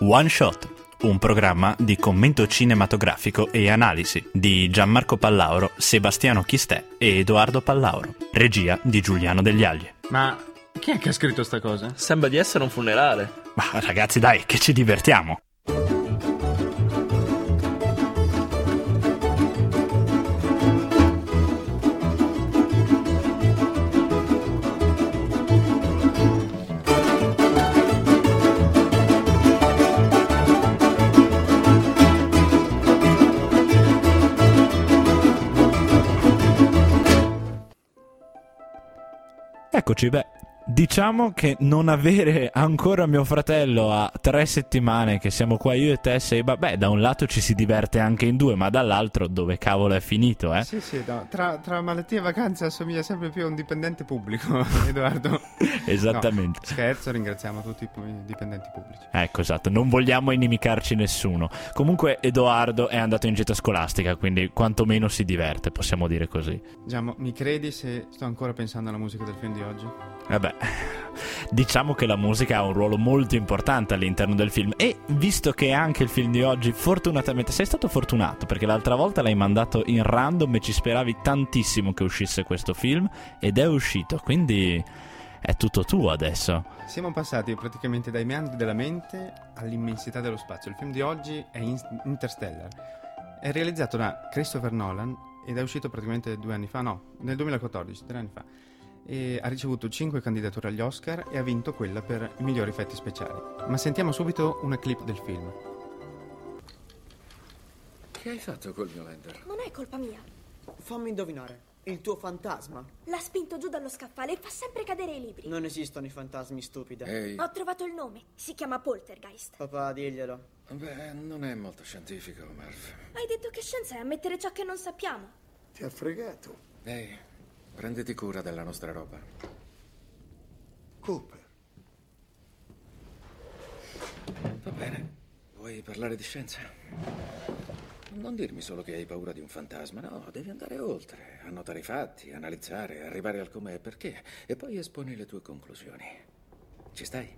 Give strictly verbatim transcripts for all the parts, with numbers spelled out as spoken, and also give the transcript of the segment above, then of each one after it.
One Shot, un programma di commento cinematografico e analisi di Gianmarco Pallauro, Sebastiano Chistè e Edoardo Pallauro, regia di Giuliano Degli Agli. Ma chi è che ha scritto sta cosa? Sembra di essere un funerale. Ma ragazzi, dai, che ci divertiamo! Eccoci, beh, diciamo che non avere ancora mio fratello a tre settimane che siamo qua io e te, Seba, beh, da un lato ci si diverte anche in due, ma dall'altro dove cavolo è finito, eh? Sì, sì, no, tra, tra malattie e vacanze assomiglia sempre più a un dipendente pubblico, Edoardo. Esattamente. No, scherzo, ringraziamo tutti i dipendenti pubblici. Ecco, esatto, non vogliamo inimicarci nessuno. Comunque Edoardo è andato in gita scolastica, quindi quantomeno si diverte, possiamo dire così. Giamo, mi credi se sto ancora pensando alla musica del film di oggi? Vabbè, diciamo che la musica ha un ruolo molto importante all'interno del film e visto che anche il film di oggi, fortunatamente, sei stato fortunato perché l'altra volta l'hai mandato in random e ci speravi tantissimo che uscisse questo film ed è uscito, quindi è tutto tuo adesso. Siamo passati praticamente dai meandri della mente all'immensità dello spazio. Il film di oggi è Interstellar, è realizzato da Christopher Nolan ed è uscito praticamente due anni fa, no, nel duemilaquattordici, tre anni fa. E ha ricevuto cinque candidature agli Oscar e ha vinto quella per i migliori effetti speciali. Ma sentiamo subito una clip del film. Che hai fatto col mio lander? Non è colpa mia. Fammi indovinare. Il tuo fantasma? L'ha spinto giù dallo scaffale e fa sempre cadere i libri. Non esistono i fantasmi, stupida. Ehi. Ho trovato il nome. Si chiama Poltergeist. Papà, diglielo. Beh, non è molto scientifico, Murph. Hai detto che scienza è ammettere ciò che non sappiamo. Ti ha fregato. Ehi, prenditi cura della nostra roba. Cooper. Va bene. Vuoi parlare di scienza? Non dirmi solo che hai paura di un fantasma, no, devi andare oltre, annotare i fatti, analizzare, arrivare al come e perché, e poi esponi le tue conclusioni. Ci stai?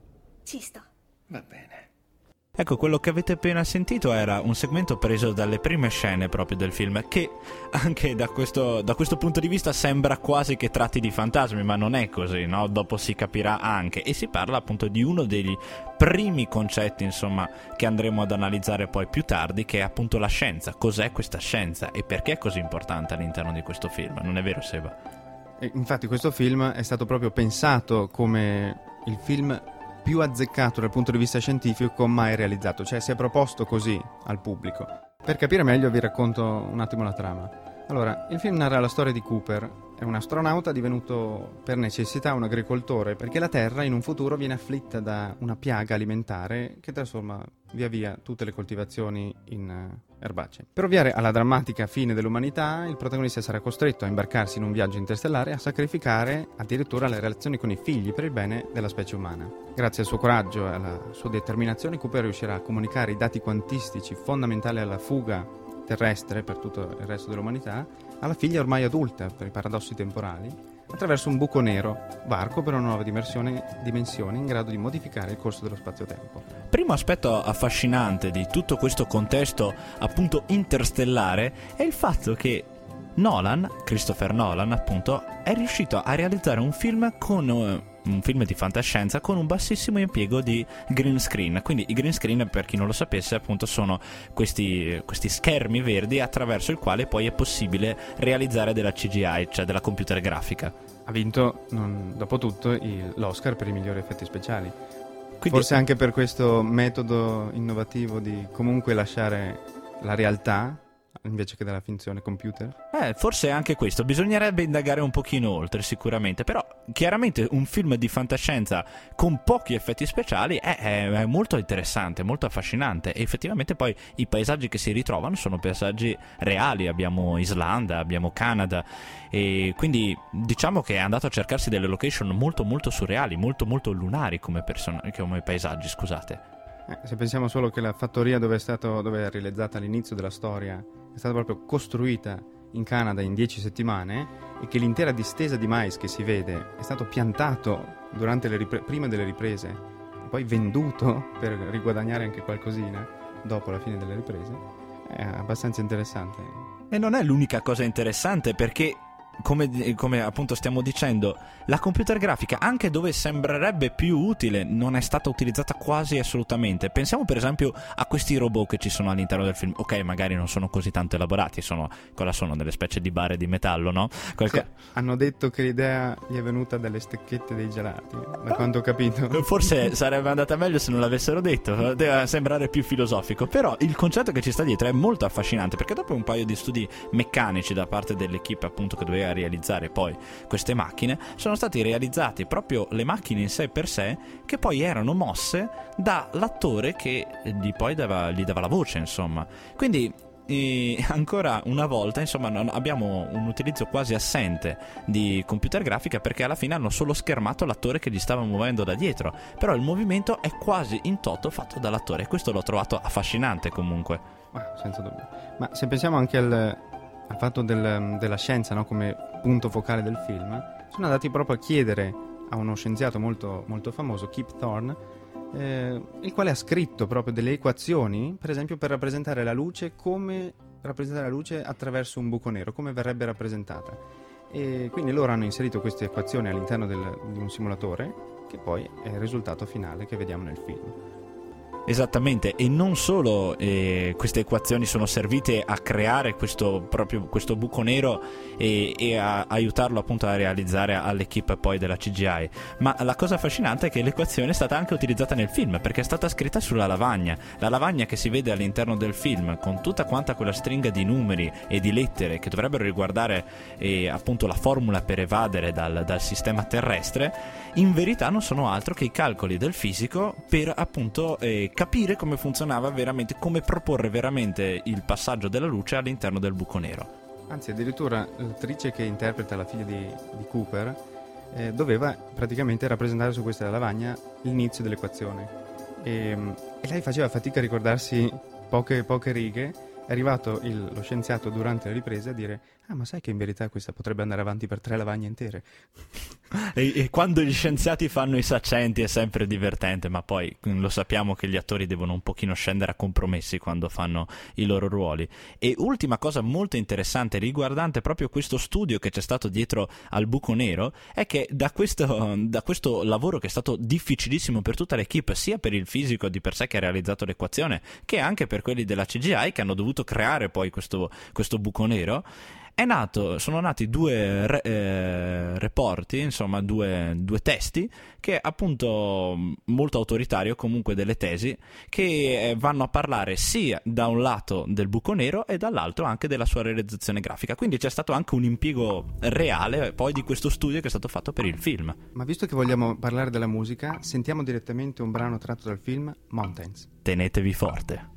Ci sto. Va bene. Ecco, quello che avete appena sentito era un segmento preso dalle prime scene proprio del film, che anche da questo, da questo punto di vista sembra quasi che tratti di fantasmi, ma non è così, no? Dopo si capirà anche, e si parla appunto di uno degli primi concetti, insomma, che andremo ad analizzare poi più tardi, che è appunto la scienza. Cos'è questa scienza e perché è così importante all'interno di questo film, non è vero, Seba? E infatti questo film è stato proprio pensato come il film più azzeccato dal punto di vista scientifico mai realizzato, cioè si è proposto così al pubblico. Per capire meglio vi racconto un attimo la trama. Allora, il film narra la storia di Cooper, è un astronauta divenuto per necessità un agricoltore, perché la Terra in un futuro viene afflitta da una piaga alimentare che trasforma via via tutte le coltivazioni in uh, erbacee. Per ovviare alla drammatica fine dell'umanità, il protagonista sarà costretto a imbarcarsi in un viaggio interstellare e a sacrificare addirittura le relazioni con i figli per il bene della specie umana. Grazie al suo coraggio e alla sua determinazione, Cooper riuscirà a comunicare i dati quantistici fondamentali alla fuga terrestre per tutto il resto dell'umanità alla figlia ormai adulta per i paradossi temporali attraverso un buco nero, varco per una nuova dimensione, dimensione in grado di modificare il corso dello spazio-tempo. Primo aspetto affascinante di tutto questo contesto appunto interstellare è il fatto che Nolan, Christopher Nolan appunto, è riuscito a realizzare un film con uh, un film di fantascienza con un bassissimo impiego di green screen. Quindi i green screen, per chi non lo sapesse, appunto sono questi, questi schermi verdi attraverso il quale poi è possibile realizzare della C G I, cioè della computer grafica. Ha vinto, non, dopo tutto, il, l'Oscar per i migliori effetti speciali. Quindi, forse anche per questo metodo innovativo di comunque lasciare la realtà invece che della finzione computer? Eh, forse anche questo, bisognerebbe indagare un pochino oltre sicuramente, però chiaramente un film di fantascienza con pochi effetti speciali è, è, è molto interessante, molto affascinante e effettivamente poi i paesaggi che si ritrovano sono paesaggi reali, abbiamo Islanda, abbiamo Canada e quindi diciamo che è andato a cercarsi delle location molto molto surreali, molto molto lunari come, person- come paesaggi, scusate. Eh, se pensiamo solo che la fattoria dove è, stato, dove è realizzata all'inizio della storia è stata proprio costruita in Canada in dieci settimane e che l'intera distesa di mais che si vede è stato piantato durante le ripre- prima delle riprese poi venduto per riguadagnare anche qualcosina dopo la fine delle riprese, è abbastanza interessante. E non è l'unica cosa interessante, perché Come, come appunto stiamo dicendo, la computer grafica, anche dove sembrerebbe più utile, non è stata utilizzata quasi assolutamente. Pensiamo per esempio a questi robot che ci sono all'interno del film. Ok, magari non sono così tanto elaborati, sono, cosa sono? Delle specie di bare di metallo, no? Qualche... Sì, hanno detto che l'idea gli è venuta dalle stecchette dei gelati, da quanto ho capito. Forse sarebbe andata meglio se non l'avessero detto, deve sembrare più filosofico. Però il concetto che ci sta dietro è molto affascinante, perché dopo un paio di studi meccanici da parte dell'equipe appunto che doveva realizzare poi queste macchine, sono stati realizzati proprio le macchine in sé per sé, che poi erano mosse dall'attore che gli poi dava, gli dava la voce, insomma. Quindi e ancora una volta, insomma, non abbiamo un utilizzo quasi assente di computer grafica, perché alla fine hanno solo schermato l'attore che gli stava muovendo da dietro, però il movimento è quasi in toto fatto dall'attore, e questo l'ho trovato affascinante comunque. Ah, senza dubbio. Ma se pensiamo anche al, al fatto del, della scienza, no, come punto focale del film, sono andati proprio a chiedere a uno scienziato molto, molto famoso, Kip Thorne, eh, il quale ha scritto proprio delle equazioni, per esempio per rappresentare la luce, come rappresentare la luce attraverso un buco nero, come verrebbe rappresentata. E quindi loro hanno inserito queste equazioni all'interno del, di un simulatore, che poi è il risultato finale che vediamo nel film. Esattamente, e non solo eh, queste equazioni sono servite a creare questo, proprio questo buco nero e, e a aiutarlo appunto a realizzare all'equipe poi della C G I, ma la cosa affascinante è che l'equazione è stata anche utilizzata nel film, perché è stata scritta sulla lavagna, la lavagna che si vede all'interno del film con tutta quanta quella stringa di numeri e di lettere che dovrebbero riguardare eh, appunto la formula per evadere dal, dal sistema terrestre. In verità non sono altro che i calcoli del fisico per appunto eh, capire come funzionava veramente, come proporre veramente il passaggio della luce all'interno del buco nero. Anzi, addirittura l'attrice che interpreta la figlia di, di Cooper eh, doveva praticamente rappresentare su questa lavagna l'inizio dell'equazione. E, e lei faceva fatica a ricordarsi poche, poche righe. È arrivato il, lo scienziato durante la ripresa a dire: ah, ma sai che in verità questa potrebbe andare avanti per tre lavagne intere? E, e quando gli scienziati fanno i saccenti è sempre divertente, ma poi lo sappiamo che gli attori devono un pochino scendere a compromessi quando fanno i loro ruoli. E ultima cosa molto interessante riguardante proprio questo studio che c'è stato dietro al buco nero è che da questo, da questo lavoro che è stato difficilissimo per tutta l'equipe, sia per il fisico di per sé che ha realizzato l'equazione, che anche per quelli della C G I che hanno dovuto creare poi questo, questo buco nero, è nato, sono nati due re, eh, reporti, insomma due, due testi che appunto molto autoritario, comunque delle tesi che eh, vanno a parlare sia da un lato del buco nero e dall'altro anche della sua realizzazione grafica. Quindi c'è stato anche un impiego reale poi di questo studio che è stato fatto per il film. Ma visto che vogliamo parlare della musica, sentiamo direttamente un brano tratto dal film Mountains. Tenetevi forte.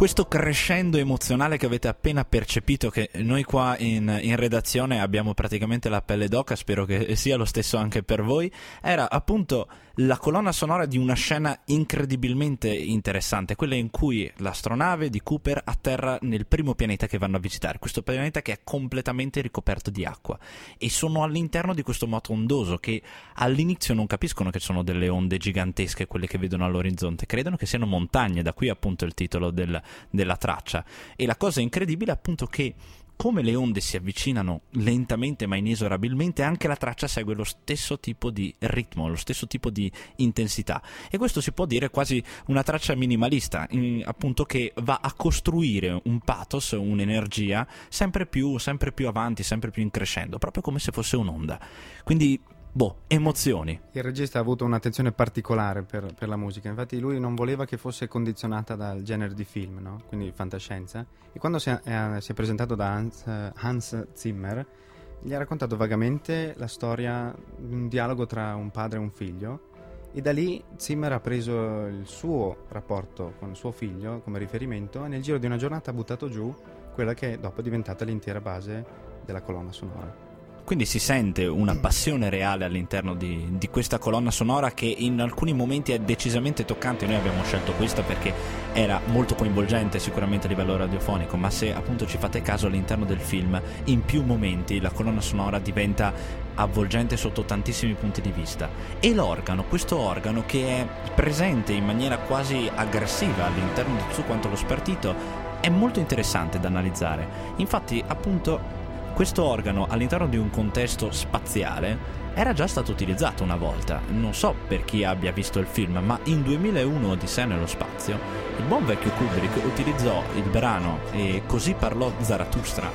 questo crescendo emozionale che avete appena percepito, che noi qua in, in redazione abbiamo praticamente la pelle d'oca, spero che sia lo stesso anche per voi, era appunto la colonna sonora di una scena incredibilmente interessante, quella in cui l'astronave di Cooper atterra nel primo pianeta che vanno a visitare, questo pianeta che è completamente ricoperto di acqua, e sono all'interno di questo moto ondoso che all'inizio non capiscono che sono delle onde gigantesche quelle che vedono all'orizzonte, credono che siano montagne, da qui appunto il titolo del, della traccia. E la cosa incredibile è appunto che come le onde si avvicinano lentamente ma inesorabilmente, anche la traccia segue lo stesso tipo di ritmo, lo stesso tipo di intensità, e questo si può dire quasi una traccia minimalista, in, appunto, che va a costruire un pathos, un'energia sempre più, sempre più avanti, sempre più in crescendo, proprio come se fosse un'onda. Quindi boh, emozioni. Il regista ha avuto un'attenzione particolare per, per la musica, infatti lui non voleva che fosse condizionata dal genere di film, no? Quindi fantascienza, e quando si è, è, si è presentato da Hans, Hans Zimmer gli ha raccontato vagamente la storia di un dialogo tra un padre e un figlio, e da lì Zimmer ha preso il suo rapporto con suo figlio come riferimento e nel giro di una giornata ha buttato giù quella che dopo è diventata l'intera base della colonna sonora. Quindi si sente una passione reale all'interno di, di questa colonna sonora, che in alcuni momenti è decisamente toccante. Noi abbiamo scelto questa perché era molto coinvolgente sicuramente a livello radiofonico, ma se appunto ci fate caso, all'interno del film in più momenti la colonna sonora diventa avvolgente sotto tantissimi punti di vista, e l'organo, questo organo che è presente in maniera quasi aggressiva all'interno di tutto quanto lo spartito, è molto interessante da analizzare. Infatti appunto questo organo all'interno di un contesto spaziale era già stato utilizzato una volta. Non so per chi abbia visto il film, ma in duemilauno Odissea nello spazio il buon vecchio Kubrick utilizzò il brano E così parlò Zarathustra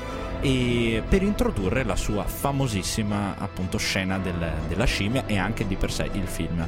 e per introdurre la sua famosissima appunto scena del, della scimmia, e anche di per sé il film.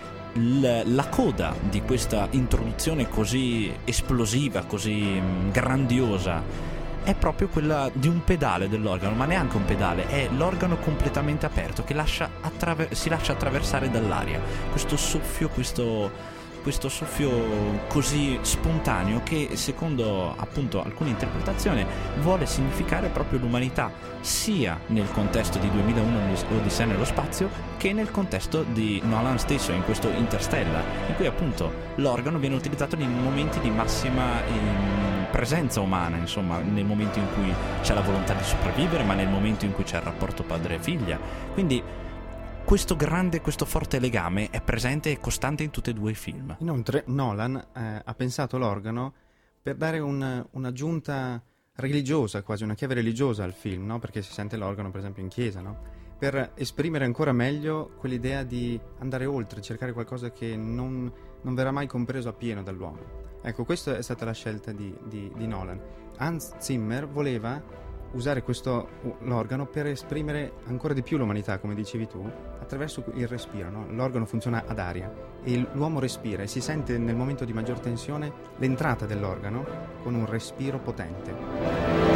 L- la coda di questa introduzione così esplosiva, così mh, grandiosa, è proprio quella di un pedale dell'organo, ma neanche un pedale, è l'organo completamente aperto che lascia attraver- si lascia attraversare dall'aria, questo soffio, questo, questo soffio così spontaneo che secondo appunto alcune interpretazioni vuole significare proprio l'umanità, sia nel contesto di duemilauno Odissea nello spazio che nel contesto di Nolan stesso in questo Interstellar, in cui appunto l'organo viene utilizzato in momenti di massima in presenza umana, insomma nel momento in cui c'è la volontà di sopravvivere, ma nel momento in cui c'è il rapporto padre-figlia. Quindi questo grande, questo forte legame è presente e costante in tutti e due i film. Inoltre Nolan eh, ha pensato l'organo per dare un, un'aggiunta religiosa, quasi una chiave religiosa al film, no? Perché si sente l'organo per esempio in chiesa, no? Per esprimere ancora meglio quell'idea di andare oltre, cercare qualcosa che non, non verrà mai compreso appieno dall'uomo. Ecco, questa è stata la scelta di, di, di Nolan. Hans Zimmer voleva usare questo l'organo per esprimere ancora di più l'umanità, come dicevi tu, attraverso il respiro, no? L'organo funziona ad aria e l'uomo respira e si sente nel momento di maggior tensione l'entrata dell'organo con un respiro potente.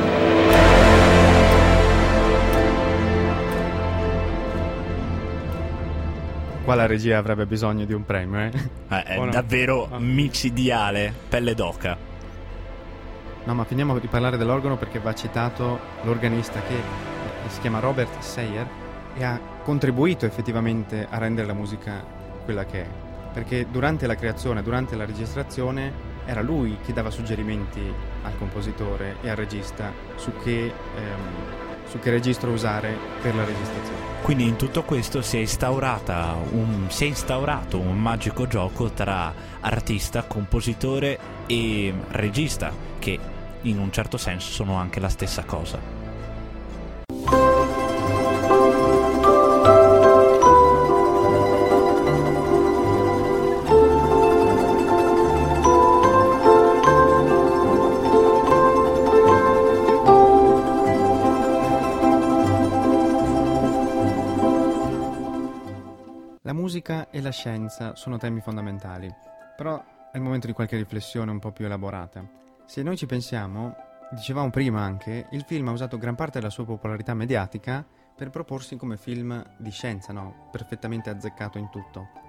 Qua la regia avrebbe bisogno di un premio, eh? eh è no? davvero no. micidiale, pelle d'oca. No, ma finiamo di parlare dell'organo perché va citato l'organista che si chiama Robert Sayer e ha contribuito effettivamente a rendere la musica quella che è. Perché durante la creazione, durante la registrazione, era lui che dava suggerimenti al compositore e al regista su che, ehm, su che registro usare per la registrazione. Quindi in tutto questo si è instaurata un, si è instaurato un magico gioco tra artista, compositore e regista, che in un certo senso sono anche la stessa cosa. La musica e la scienza sono temi fondamentali, però è il momento di qualche riflessione un po' più elaborata. Se noi ci pensiamo, dicevamo prima anche, il film ha usato gran parte della sua popolarità mediatica per proporsi come film di scienza, no? Perfettamente azzeccato in tutto.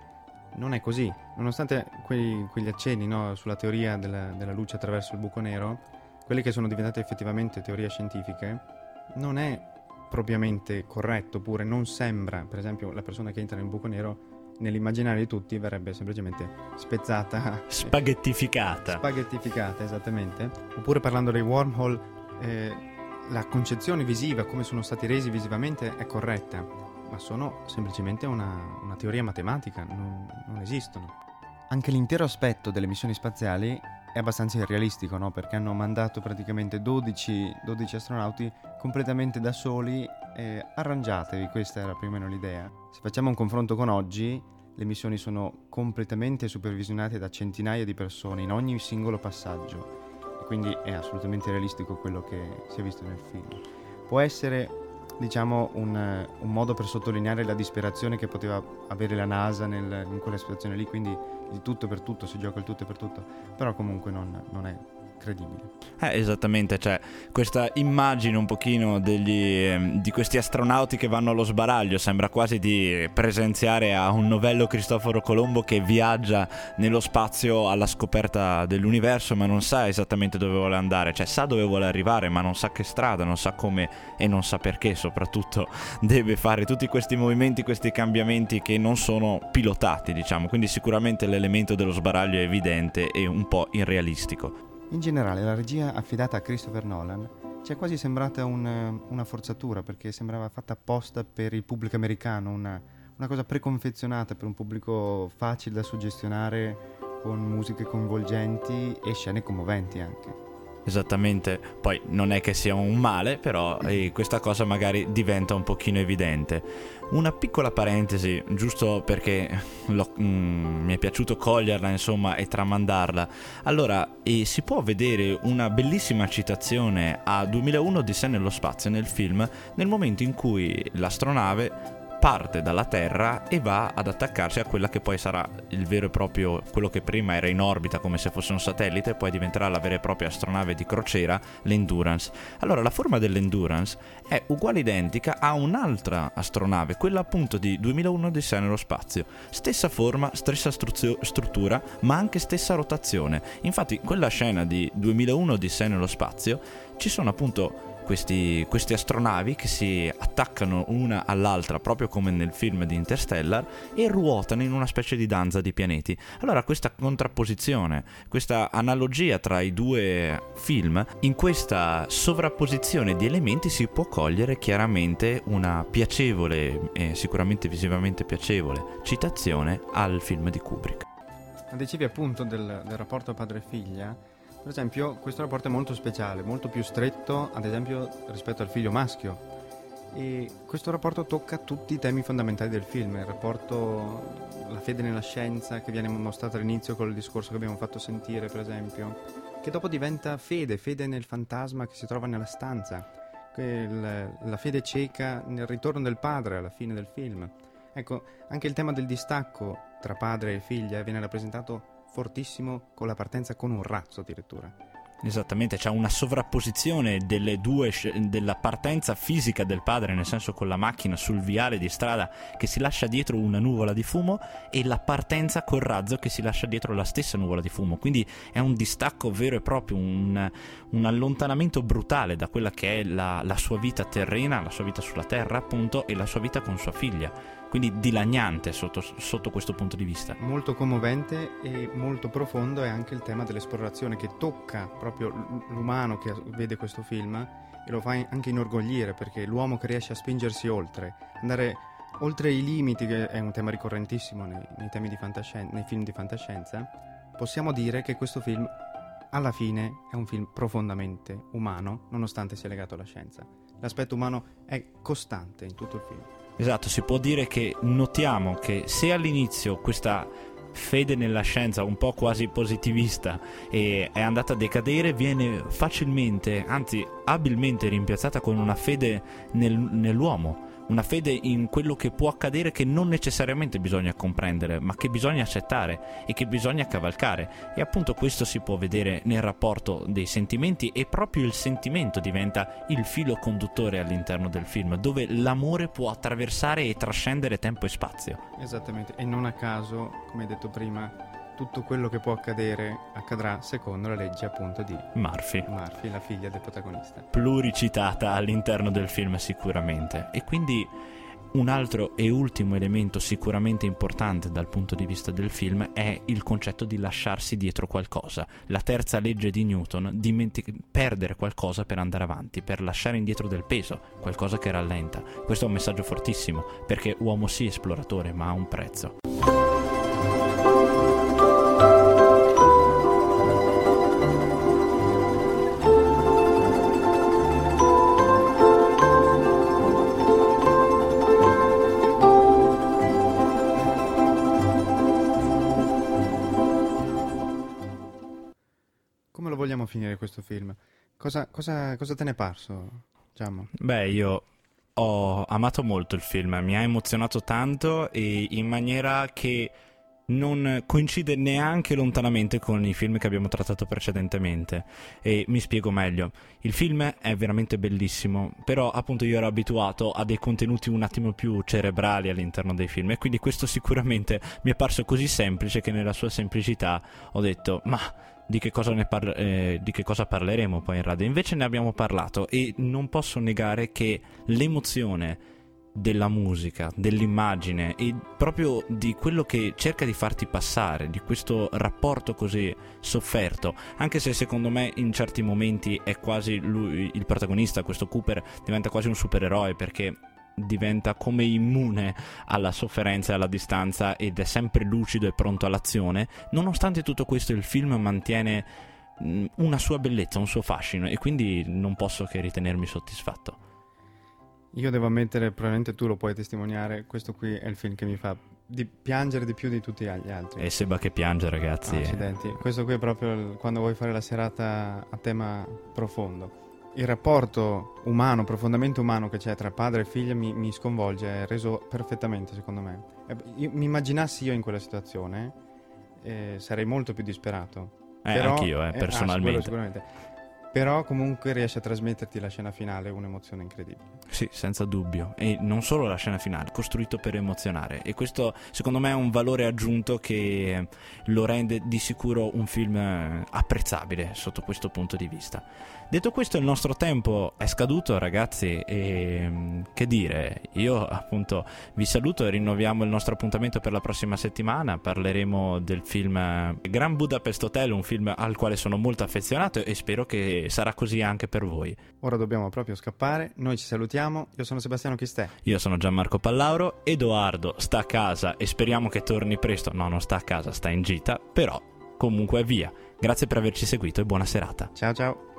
non è così. Nonostante quei, quegli accenni, no, sulla teoria della, della luce attraverso il buco nero, quelle che sono diventate effettivamente teorie scientifiche, non è propriamente corretto, oppure non sembra, per esempio, la persona che entra nel buco nero nell'immaginario di tutti verrebbe semplicemente spezzata, spaghettificata. Spaghettificata, esattamente. Oppure, parlando dei wormhole, eh, la concezione visiva, come sono stati resi visivamente, è corretta, ma sono semplicemente una, una teoria matematica, non, non esistono. Anche l'intero aspetto delle missioni spaziali è abbastanza irrealistico, no? Perché hanno mandato praticamente dodici, dodici astronauti completamente da soli. Eh, arrangiatevi, questa era più o meno l'idea. Se facciamo un confronto con oggi, le missioni sono completamente supervisionate da centinaia di persone in ogni singolo passaggio, e quindi è assolutamente realistico quello che si è visto nel film. Può essere, diciamo, un, un modo per sottolineare la disperazione che poteva avere la NASA nel, in quella situazione lì, quindi il tutto per tutto, si gioca il tutto per tutto, però comunque non, non è credibile. Eh, esattamente, cioè questa immagine un pochino degli, eh, di questi astronauti che vanno allo sbaraglio sembra quasi di presenziare a un novello Cristoforo Colombo che viaggia nello spazio alla scoperta dell'universo, ma non sa esattamente dove vuole andare, cioè sa dove vuole arrivare ma non sa che strada, non sa come e non sa perché, soprattutto deve fare tutti questi movimenti, questi cambiamenti che non sono pilotati, diciamo, quindi sicuramente l'elemento dello sbaraglio è evidente e un po' irrealistico. In generale la regia affidata a Christopher Nolan ci è quasi sembrata un, una forzatura, perché sembrava fatta apposta per il pubblico americano, una, una cosa preconfezionata per un pubblico facile da suggestionare, con musiche coinvolgenti e scene commoventi anche. Esattamente, poi non è che sia un male, però eh, questa cosa magari diventa un pochino evidente. Una piccola parentesi, giusto perché l'ho, mm, mi è piaciuto coglierla, insomma, e tramandarla. Allora, eh, si può vedere una bellissima citazione a duemilauno Odissea nello spazio nel film, nel momento in cui l'astronave parte dalla Terra e va ad attaccarsi a quella che poi sarà il vero e proprio, quello che prima era in orbita come se fosse un satellite, poi diventerà la vera e propria astronave di crociera, l'Endurance. Allora, la forma dell'Endurance è uguale identica a un'altra astronave, quella appunto di duemilauno Odissea nello spazio. Stessa forma, stessa struzio- struttura, ma anche stessa rotazione. Infatti, quella scena di duemilauno Odissea nello spazio ci sono appunto Questi, queste astronavi che si attaccano una all'altra proprio come nel film di Interstellar e ruotano in una specie di danza di pianeti. Allora questa contrapposizione, questa analogia tra i due film, in questa sovrapposizione di elementi si può cogliere chiaramente una piacevole e sicuramente visivamente piacevole citazione al film di Kubrick. Dicevi appunto del, del rapporto padre-figlia. Per esempio, questo rapporto è molto speciale, molto più stretto, ad esempio, rispetto al figlio maschio. E questo rapporto tocca tutti i temi fondamentali del film, il rapporto, la fede nella scienza, che viene mostrata all'inizio con il discorso che abbiamo fatto sentire, per esempio, che dopo diventa fede, fede nel fantasma che si trova nella stanza, il, la fede cieca nel ritorno del padre alla fine del film. Ecco, anche il tema del distacco tra padre e figlia viene rappresentato fortissimo con la partenza con un razzo addirittura. Esattamente, c'è una sovrapposizione delle due, della partenza fisica del padre, nel senso con la macchina sul viale di strada che si lascia dietro una nuvola di fumo, e la partenza col razzo che si lascia dietro la stessa nuvola di fumo. Quindi è un distacco vero e proprio, un, un allontanamento brutale da quella che è la, la sua vita terrena, la sua vita sulla terra appunto, e la sua vita con sua figlia. Quindi dilaniante sotto, sotto questo punto di vista. Molto commovente e molto profondo è anche il tema dell'esplorazione, che tocca proprio l'umano che vede questo film e lo fa anche inorgoglire, perché l'uomo che riesce a spingersi oltre, andare oltre i limiti, che è un tema ricorrentissimo nei, nei, temi di fantascienza, nei film di fantascienza, possiamo dire che questo film alla fine è un film profondamente umano, nonostante sia legato alla scienza. L'aspetto umano è costante in tutto il film. Esatto, si può dire che notiamo che se all'inizio questa fede nella scienza un po' quasi positivista e è andata a decadere, viene facilmente, anzi abilmente rimpiazzata con una fede nel, nell'uomo, una fede in quello che può accadere, che non necessariamente bisogna comprendere, ma che bisogna accettare e che bisogna cavalcare. E appunto questo si può vedere nel rapporto dei sentimenti, e proprio il sentimento diventa il filo conduttore all'interno del film, dove l'amore può attraversare e trascendere tempo e spazio. Esattamente, e non a caso, come hai detto prima, tutto quello che può accadere accadrà secondo la legge appunto di Murphy. Murphy, la figlia del protagonista. Pluricitata all'interno del film sicuramente. E quindi un altro e ultimo elemento sicuramente importante dal punto di vista del film è il concetto di lasciarsi dietro qualcosa. La terza legge di Newton, dimentic- perdere qualcosa per andare avanti, per lasciare indietro del peso, qualcosa che rallenta. Questo è un messaggio fortissimo, perché uomo sì esploratore, ma ha un prezzo. Come lo vogliamo finire questo film? Cosa, cosa, cosa te ne è parso, Giammo? Beh, io ho amato molto il film, mi ha emozionato tanto, e in maniera che non coincide neanche lontanamente con i film che abbiamo trattato precedentemente. E mi spiego meglio. Il film è veramente bellissimo, però appunto io ero abituato a dei contenuti un attimo più cerebrali all'interno dei film, e quindi questo sicuramente mi è parso così semplice che nella sua semplicità ho detto: ma di che cosa ne parla- eh, di che cosa parleremo poi in radio? Invece ne abbiamo parlato, e non posso negare che l'emozione della musica, dell'immagine e proprio di quello che cerca di farti passare, di questo rapporto così sofferto, anche se secondo me in certi momenti è quasi lui, il protagonista, questo Cooper, diventa quasi un supereroe, perché diventa come immune alla sofferenza e alla distanza, ed è sempre lucido e pronto all'azione. Nonostante tutto questo, il film mantiene una sua bellezza, un suo fascino, e quindi non posso che ritenermi soddisfatto. Io devo ammettere, probabilmente tu lo puoi testimoniare, questo qui è il film che mi fa di piangere di più di tutti gli altri. E sembra che piange, ragazzi. Ah, accidenti. Questo qui è proprio il, quando vuoi fare la serata a tema profondo. Il rapporto umano, profondamente umano, che c'è tra padre e figlia mi, mi sconvolge, è reso perfettamente, secondo me. Eh, io, mi immaginassi io in quella situazione, eh, sarei molto più disperato. Eh, Però, anch'io, eh, eh, personalmente. ah, sicuramente. Però comunque riesce a trasmetterti la scena finale, un'emozione incredibile. Sì, senza dubbio. E non solo la scena finale, costruito per emozionare. E questo secondo me è un valore aggiunto che lo rende di sicuro un film apprezzabile sotto questo punto di vista. Detto questo, il nostro tempo è scaduto, ragazzi, e che dire, io appunto vi saluto e rinnoviamo il nostro appuntamento per la prossima settimana. Parleremo del film Grand Budapest Hotel, un film al quale sono molto affezionato, e spero che sarà così anche per voi. Ora dobbiamo proprio scappare, noi ci salutiamo. Io sono Sebastiano Chistè. Io sono Gianmarco Pallauro. Edoardo sta a casa e speriamo che torni presto. No, non sta a casa, sta in gita, però comunque via. Grazie per averci seguito e buona serata. Ciao ciao.